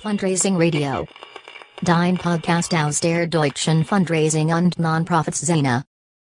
Fundraising Radio. Dein Podcast aus der deutschen Fundraising- und Non-Profit-Szene.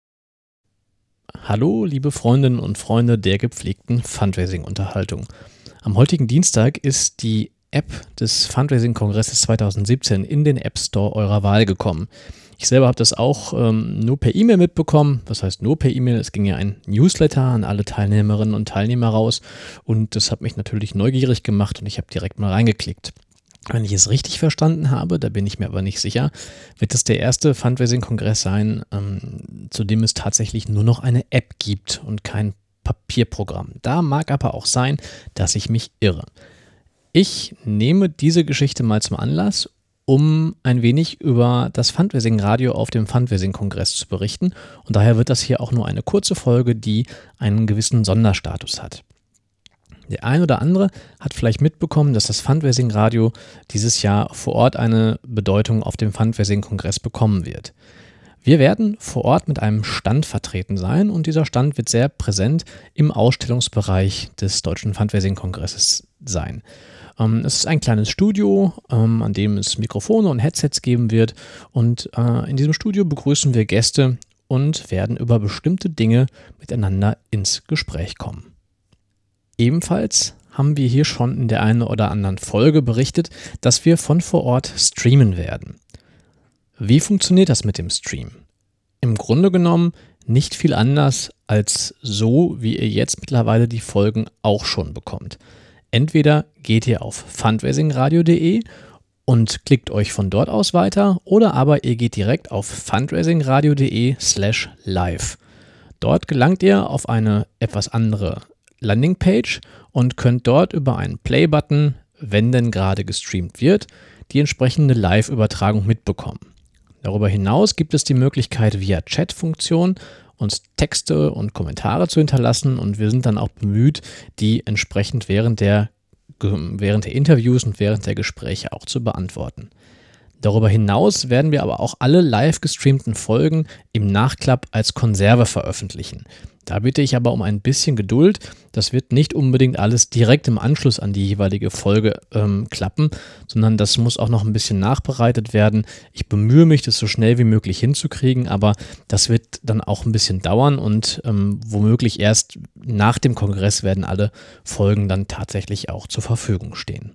Hallo, liebe Freundinnen und Freunde der gepflegten Fundraising-Unterhaltung. Am heutigen Dienstag ist die App des Fundraising-Kongresses 2017 in den App Store eurer Wahl gekommen. Ich selber habe das auch nur per E-Mail mitbekommen. Was heißt nur per E-Mail? Es ging ja ein Newsletter an alle Teilnehmerinnen und Teilnehmer raus und das hat mich natürlich neugierig gemacht und ich habe direkt mal reingeklickt. Wenn ich es richtig verstanden habe, da bin ich mir aber nicht sicher, wird es der erste Fundraising-Kongress sein, zu dem es tatsächlich nur noch eine App gibt und kein Papierprogramm. Da mag aber auch sein, dass ich mich irre. Ich nehme diese Geschichte mal zum Anlass, um ein wenig über das Fundraising-Radio auf dem Fundraising-Kongress zu berichten. Und daher wird das hier auch nur eine kurze Folge, die einen gewissen Sonderstatus hat. Der ein oder andere hat vielleicht mitbekommen, dass das Fundraising-Radio dieses Jahr vor Ort eine Bedeutung auf dem Fundraising-Kongress bekommen wird. Wir werden vor Ort mit einem Stand vertreten sein und dieser Stand wird sehr präsent im Ausstellungsbereich des Deutschen Fundraising-Kongresses sein. Es ist ein kleines Studio, an dem es Mikrofone und Headsets geben wird und in diesem Studio begrüßen wir Gäste und werden über bestimmte Dinge miteinander ins Gespräch kommen. Ebenfalls haben wir hier schon in der einen oder anderen Folge berichtet, dass wir von vor Ort streamen werden. Wie funktioniert das mit dem Stream? Im Grunde genommen nicht viel anders als so, wie ihr jetzt mittlerweile die Folgen auch schon bekommt. Entweder geht ihr auf fundraisingradio.de und klickt euch von dort aus weiter oder aber ihr geht direkt auf fundraisingradio.de/live. Dort gelangt ihr auf eine etwas andere Landingpage und könnt dort über einen Play-Button, wenn denn gerade gestreamt wird, die entsprechende Live-Übertragung mitbekommen. Darüber hinaus gibt es die Möglichkeit, via Chat-Funktion uns Texte und Kommentare zu hinterlassen und wir sind dann auch bemüht, die entsprechend während der Interviews und während der Gespräche auch zu beantworten. Darüber hinaus werden wir aber auch alle live gestreamten Folgen im Nachklapp als Konserve veröffentlichen. Da bitte ich aber um ein bisschen Geduld. Das wird nicht unbedingt alles direkt im Anschluss an die jeweilige Folge klappen, sondern das muss auch noch ein bisschen nachbereitet werden. Ich bemühe mich, das so schnell wie möglich hinzukriegen, aber das wird dann auch ein bisschen dauern und womöglich erst nach dem Kongress werden alle Folgen dann tatsächlich auch zur Verfügung stehen.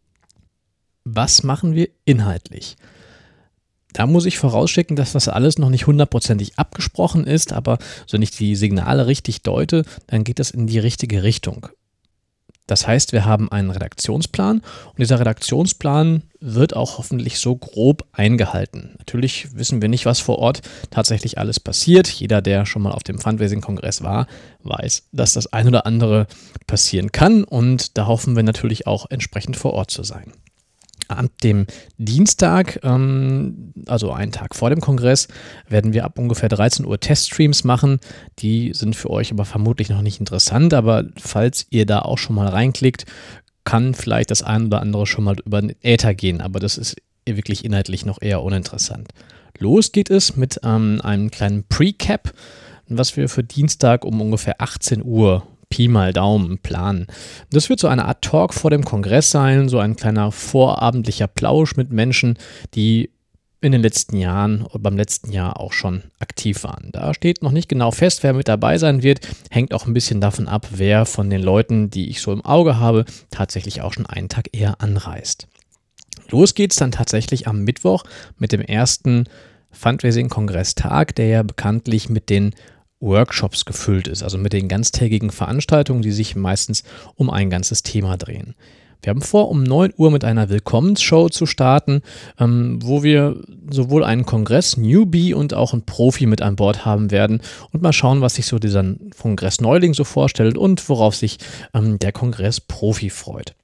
Was machen wir inhaltlich? Da muss ich vorausschicken, dass das alles noch nicht hundertprozentig abgesprochen ist, aber wenn ich die Signale richtig deute, dann geht das in die richtige Richtung. Das heißt, wir haben einen Redaktionsplan und dieser Redaktionsplan wird auch hoffentlich so grob eingehalten. Natürlich wissen wir nicht, was vor Ort tatsächlich alles passiert. Jeder, der schon mal auf dem Fundraising-Kongress war, weiß, dass das ein oder andere passieren kann und da hoffen wir natürlich auch entsprechend vor Ort zu sein. Ab dem Dienstag, also einen Tag vor dem Kongress, werden wir ab ungefähr 13 Uhr Teststreams machen. Die sind für euch aber vermutlich noch nicht interessant, aber falls ihr da auch schon mal reinklickt, kann vielleicht das ein oder andere schon mal über den Äther gehen, aber das ist wirklich inhaltlich noch eher uninteressant. Los geht es mit einem kleinen Pre-Cap, was wir für Dienstag um ungefähr 18 Uhr Pi mal Daumen planen. Das wird so eine Art Talk vor dem Kongress sein, so ein kleiner vorabendlicher Plausch mit Menschen, die in den letzten Jahren oder beim letzten Jahr auch schon aktiv waren. Da steht noch nicht genau fest, wer mit dabei sein wird, hängt auch ein bisschen davon ab, wer von den Leuten, die ich so im Auge habe, tatsächlich auch schon einen Tag eher anreist. Los geht's dann tatsächlich am Mittwoch mit dem ersten Fundraising-Kongress-Tag, der ja bekanntlich mit den Workshops gefüllt ist, also mit den ganztägigen Veranstaltungen, die sich meistens um ein ganzes Thema drehen. Wir haben vor, um 9 Uhr mit einer Willkommensshow zu starten, wo wir sowohl einen Kongress-Newbie und auch einen Profi mit an Bord haben werden und mal schauen, was sich so dieser Kongress-Neuling so vorstellt und worauf sich der Kongress-Profi freut.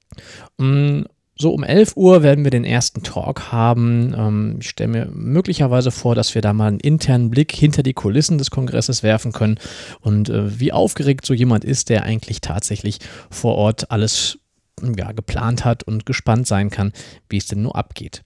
So um 11 Uhr werden wir den ersten Talk haben. Ich stelle mir möglicherweise vor, dass wir da mal einen internen Blick hinter die Kulissen des Kongresses werfen können und wie aufgeregt so jemand ist, der eigentlich tatsächlich vor Ort alles geplant hat und gespannt sein kann, wie es denn nur abgeht.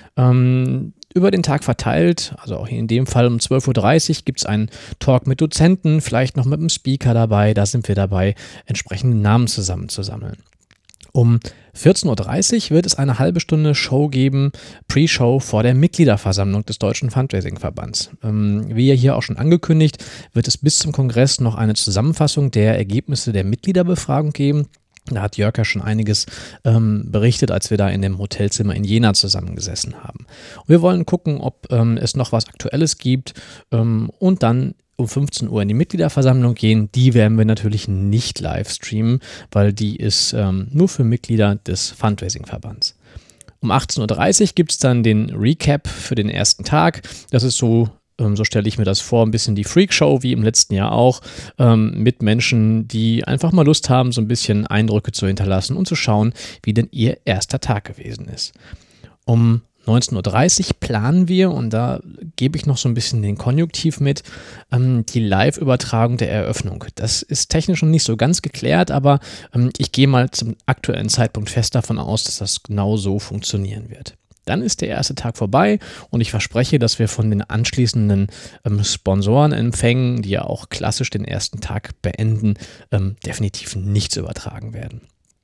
Über den Tag verteilt, also auch in dem Fall um 12.30 Uhr gibt es einen Talk mit Dozenten, vielleicht noch mit einem Speaker dabei, da sind wir dabei, entsprechende Namen zusammenzusammeln. Um 14.30 Uhr wird es eine halbe Stunde Show geben, Pre-Show vor der Mitgliederversammlung des Deutschen Fundraising-Verbands. Wie ja hier auch schon angekündigt, wird es bis zum Kongress noch eine Zusammenfassung der Ergebnisse der Mitgliederbefragung geben. Da hat Jörg ja schon einiges berichtet, als wir da in dem Hotelzimmer in Jena zusammengesessen haben. Und wir wollen gucken, ob es noch was Aktuelles gibt und dann um 15 Uhr in die Mitgliederversammlung gehen. Die werden wir natürlich nicht live streamen, weil die ist nur für Mitglieder des Fundraising-Verbands. Um 18.30 Uhr gibt es dann den Recap für den ersten Tag. Das ist so stelle ich mir das vor, ein bisschen die Freakshow, wie im letzten Jahr auch, mit Menschen, die einfach mal Lust haben, so ein bisschen Eindrücke zu hinterlassen und zu schauen, wie denn ihr erster Tag gewesen ist. Um 19.30 Uhr planen wir, und da gebe ich noch so ein bisschen den Konjunktiv mit, die Live-Übertragung der Eröffnung. Das ist technisch noch nicht so ganz geklärt, aber ich gehe mal zum aktuellen Zeitpunkt fest davon aus, dass das genau so funktionieren wird. Dann ist der erste Tag vorbei und ich verspreche, dass wir von den anschließenden Sponsorenempfängen, die ja auch klassisch den ersten Tag beenden, definitiv nichts übertragen werden.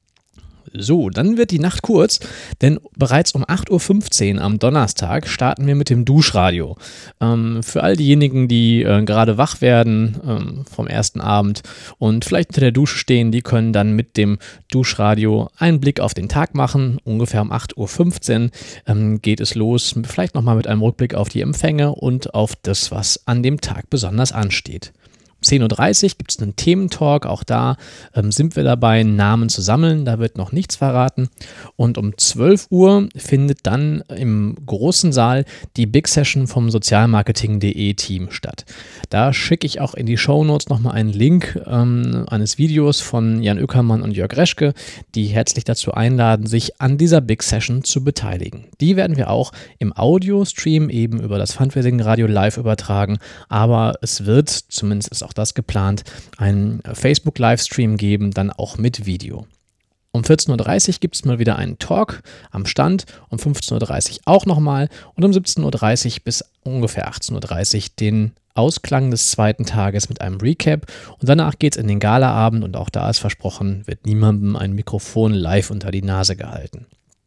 So, dann wird die Nacht kurz, denn bereits um 8.15 Uhr am Donnerstag starten wir mit dem Duschradio. Für all diejenigen, die gerade wach werden vom ersten Abend und vielleicht unter der Dusche stehen, die können dann mit dem Duschradio einen Blick auf den Tag machen. Ungefähr um 8.15 Uhr geht es los, vielleicht nochmal mit einem Rückblick auf die Empfänge und auf das, was an dem Tag besonders ansteht. 10.30 Uhr gibt es einen Thementalk, auch da sind wir dabei, Namen zu sammeln, da wird noch nichts verraten. Und um 12 Uhr findet dann im großen Saal die Big Session vom Sozialmarketing.de Team statt. Da schicke ich auch in die Shownotes nochmal einen Link eines Videos von Jan Ueckermann und Jörg Reschke, die herzlich dazu einladen, sich an dieser Big Session zu beteiligen. Die werden wir auch im Audio-Stream eben über das Fundraising-Radio live übertragen, aber es wird, zumindest ist auch das geplant, einen Facebook-Livestream geben, dann auch mit Video. Um 14.30 Uhr gibt es mal wieder einen Talk am Stand, um 15.30 Uhr auch nochmal und um 17.30 Uhr bis ungefähr 18.30 Uhr den Ausklang des zweiten Tages mit einem Recap und danach geht es in den Galaabend und auch da ist versprochen, wird niemandem ein Mikrofon live unter die Nase gehalten.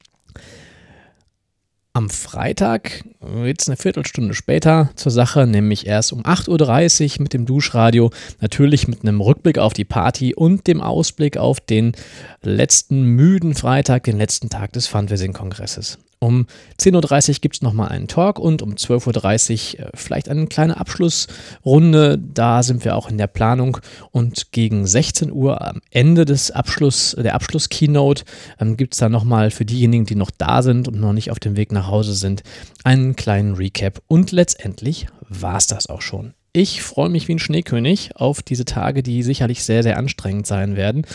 Am Freitag geht es eine Viertelstunde später zur Sache, nämlich erst um 8.30 Uhr mit dem Duschradio, natürlich mit einem Rückblick auf die Party und dem Ausblick auf den letzten müden Freitag, den letzten Tag des Fundraising-Kongresses. Um 10.30 Uhr gibt es nochmal einen Talk und um 12.30 Uhr vielleicht eine kleine Abschlussrunde. Da sind wir auch in der Planung und gegen 16 Uhr am Ende der Abschluss-Keynote gibt es dann nochmal für diejenigen, die noch da sind und noch nicht auf dem Weg nach Hause sind, einen kleinen Recap und letztendlich war es das auch schon. Ich freue mich wie ein Schneekönig auf diese Tage, die sicherlich sehr, sehr anstrengend sein werden,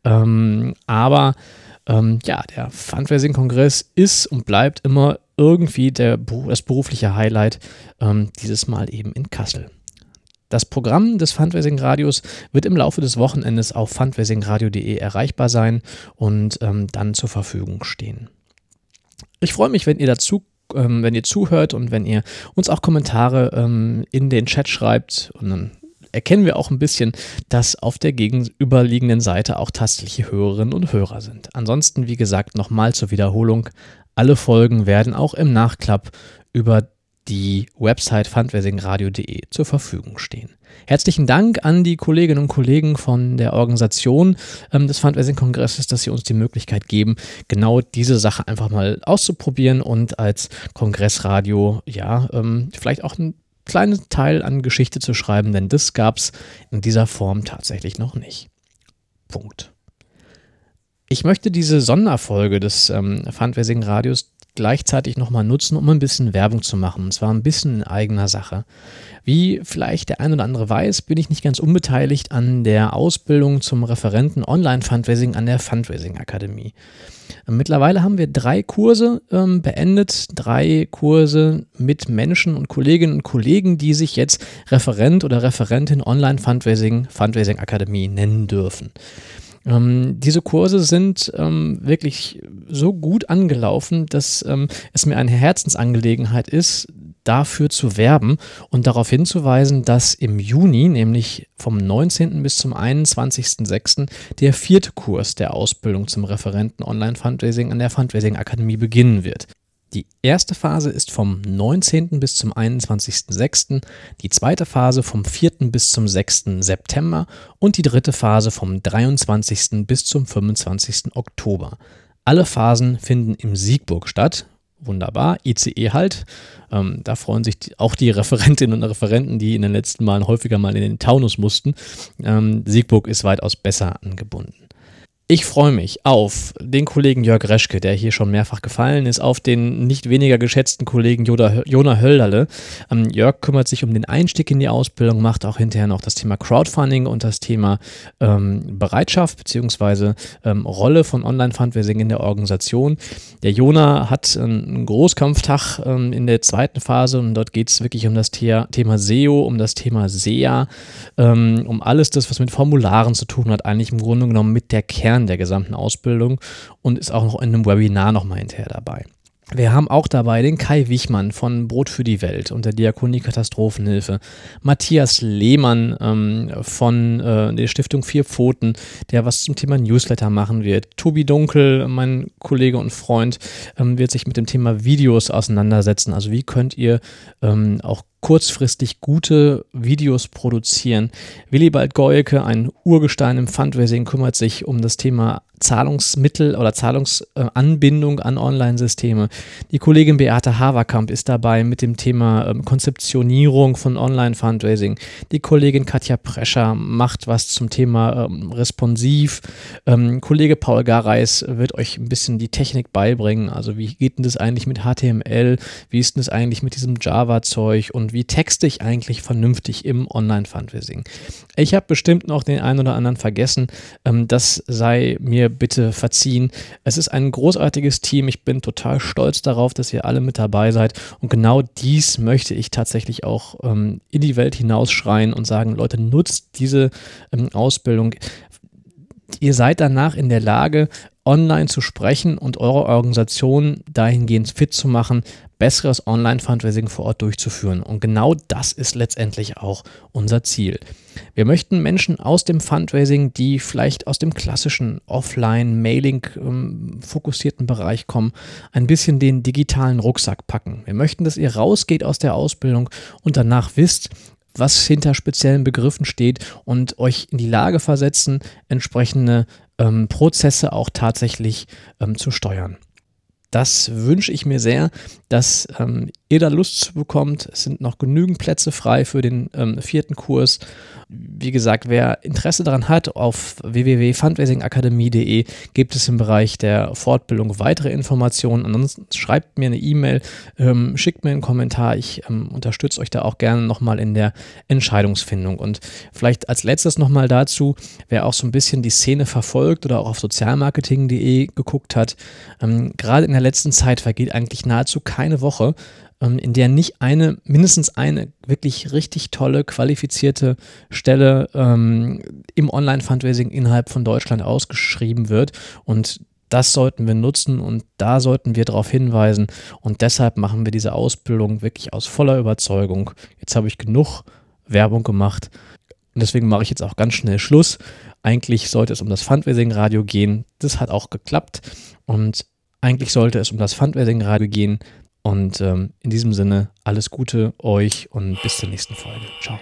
aber der Fundraising-Kongress ist und bleibt immer irgendwie das berufliche Highlight, dieses Mal eben in Kassel. Das Programm des Fundraising-Radios wird im Laufe des Wochenendes auf fundraisingradio.de erreichbar sein und dann zur Verfügung stehen. Ich freue mich, wenn ihr zuhört und wenn ihr uns auch Kommentare in den Chat schreibt und dann erkennen wir auch ein bisschen, dass auf der gegenüberliegenden Seite auch tatsächliche Hörerinnen und Hörer sind. Ansonsten, wie gesagt, nochmal zur Wiederholung, alle Folgen werden auch im Nachklapp über die Website fundraisingradio.de zur Verfügung stehen. Herzlichen Dank an die Kolleginnen und Kollegen von der Organisation des Fundraising-Kongresses, dass sie uns die Möglichkeit geben, genau diese Sache einfach mal auszuprobieren und als Kongressradio vielleicht auch einen kleinen Teil an Geschichte zu schreiben, denn das gab es in dieser Form tatsächlich noch nicht. Punkt. Ich möchte diese Sonderfolge des Fundraising-Radios gleichzeitig nochmal nutzen, um ein bisschen Werbung zu machen, und zwar ein bisschen in eigener Sache. Wie vielleicht der ein oder andere weiß, bin ich nicht ganz unbeteiligt an der Ausbildung zum Referenten Online-Fundraising an der Fundraising-Akademie. Mittlerweile haben wir 3 Kurse beendet, 3 Kurse mit Menschen und Kolleginnen und Kollegen, die sich jetzt Referent oder Referentin Online-Fundraising, Fundraising-Akademie nennen dürfen. Diese Kurse sind wirklich so gut angelaufen, dass es mir eine Herzensangelegenheit ist, dafür zu werben und darauf hinzuweisen, dass im Juni, nämlich vom 19. bis zum 21.06. der 4. Kurs der Ausbildung zum Referenten Online-Fundraising an der Fundraising Akademie beginnen wird. Die erste Phase ist vom 19. bis zum 21.06., die zweite Phase vom 4. bis zum 6. September und die dritte Phase vom 23. bis zum 25. Oktober. Alle Phasen finden im Siegburg statt. Wunderbar, ICE halt. Da freuen sich auch die Referentinnen und Referenten, die in den letzten Malen häufiger mal in den Taunus mussten. Siegburg ist weitaus besser angebunden. Ich freue mich auf den Kollegen Jörg Reschke, der hier schon mehrfach gefallen ist, auf den nicht weniger geschätzten Kollegen Jona Hölderle. Jörg kümmert sich um den Einstieg in die Ausbildung, macht auch hinterher noch das Thema Crowdfunding und das Thema Bereitschaft bzw. Rolle von Online-Fundraising in der Organisation. Der Jona hat einen Großkampftag in der zweiten Phase und dort geht es wirklich um das Thema SEO, um das Thema SEA, um alles das, was mit Formularen zu tun hat, eigentlich im Grunde genommen mit der Kern der gesamten Ausbildung und ist auch noch in einem Webinar nochmal hinterher dabei. Wir haben auch dabei den Kai Wichmann von Brot für die Welt und der Diakonie Katastrophenhilfe, Matthias Lehmann von der Stiftung Vier Pfoten, der was zum Thema Newsletter machen wird. Tobi Dunkel, mein Kollege und Freund, wird sich mit dem Thema Videos auseinandersetzen. Also wie könnt ihr auch kurzfristig gute Videos produzieren. Willibald Goyke, ein Urgestein im Fundraising, kümmert sich um das Thema Zahlungsmittel oder Zahlungsanbindung an Online-Systeme. Die Kollegin Beate Haverkamp ist dabei mit dem Thema Konzeptionierung von Online-Fundraising. Die Kollegin Katja Prescher macht was zum Thema responsiv. Kollege Paul Gareis wird euch ein bisschen die Technik beibringen. Also wie geht denn das eigentlich mit HTML? Wie ist denn das eigentlich mit diesem Java-Zeug? Und wie texte ich eigentlich vernünftig im Online-Fundraising? Ich habe bestimmt noch den einen oder anderen vergessen. Das sei mir bitte verziehen. Es ist ein großartiges Team. Ich bin total stolz darauf, dass ihr alle mit dabei seid. Und genau dies möchte ich tatsächlich auch in die Welt hinausschreien und sagen, Leute, nutzt diese Ausbildung. Ihr seid danach in der Lage, online zu sprechen und eure Organisation dahingehend fit zu machen, besseres Online-Fundraising vor Ort durchzuführen. Und genau das ist letztendlich auch unser Ziel. Wir möchten Menschen aus dem Fundraising, die vielleicht aus dem klassischen Offline-Mailing fokussierten Bereich kommen, ein bisschen den digitalen Rucksack packen. Wir möchten, dass ihr rausgeht aus der Ausbildung und danach wisst, was hinter speziellen Begriffen steht und euch in die Lage versetzen, entsprechende Prozesse auch tatsächlich zu steuern. Das wünsche ich mir sehr, dass ihr da Lust zu bekommt. Es sind noch genügend Plätze frei für den 4. Kurs. Wie gesagt, wer Interesse daran hat, auf www.fundraisingakademie.de gibt es im Bereich der Fortbildung weitere Informationen. Ansonsten schreibt mir eine E-Mail, schickt mir einen Kommentar. Ich unterstütze euch da auch gerne nochmal in der Entscheidungsfindung. Und vielleicht als letztes nochmal dazu, wer auch so ein bisschen die Szene verfolgt oder auch auf sozialmarketing.de geguckt hat, gerade in der letzten Zeit vergeht eigentlich nahezu keine Woche, in der nicht mindestens eine wirklich richtig tolle, qualifizierte Stelle im Online-Fundraising innerhalb von Deutschland ausgeschrieben wird. Und das sollten wir nutzen und da sollten wir darauf hinweisen. Und deshalb machen wir diese Ausbildung wirklich aus voller Überzeugung. Jetzt habe ich genug Werbung gemacht und deswegen mache ich jetzt auch ganz schnell Schluss. Eigentlich sollte es um das Fundraising-Radio gehen. Das hat auch geklappt und eigentlich sollte es um das Fundraising-Radio gehen. Und in diesem Sinne, alles Gute euch und bis zur nächsten Folge. Ciao.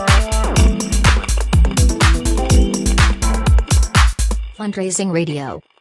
Fundraising Radio.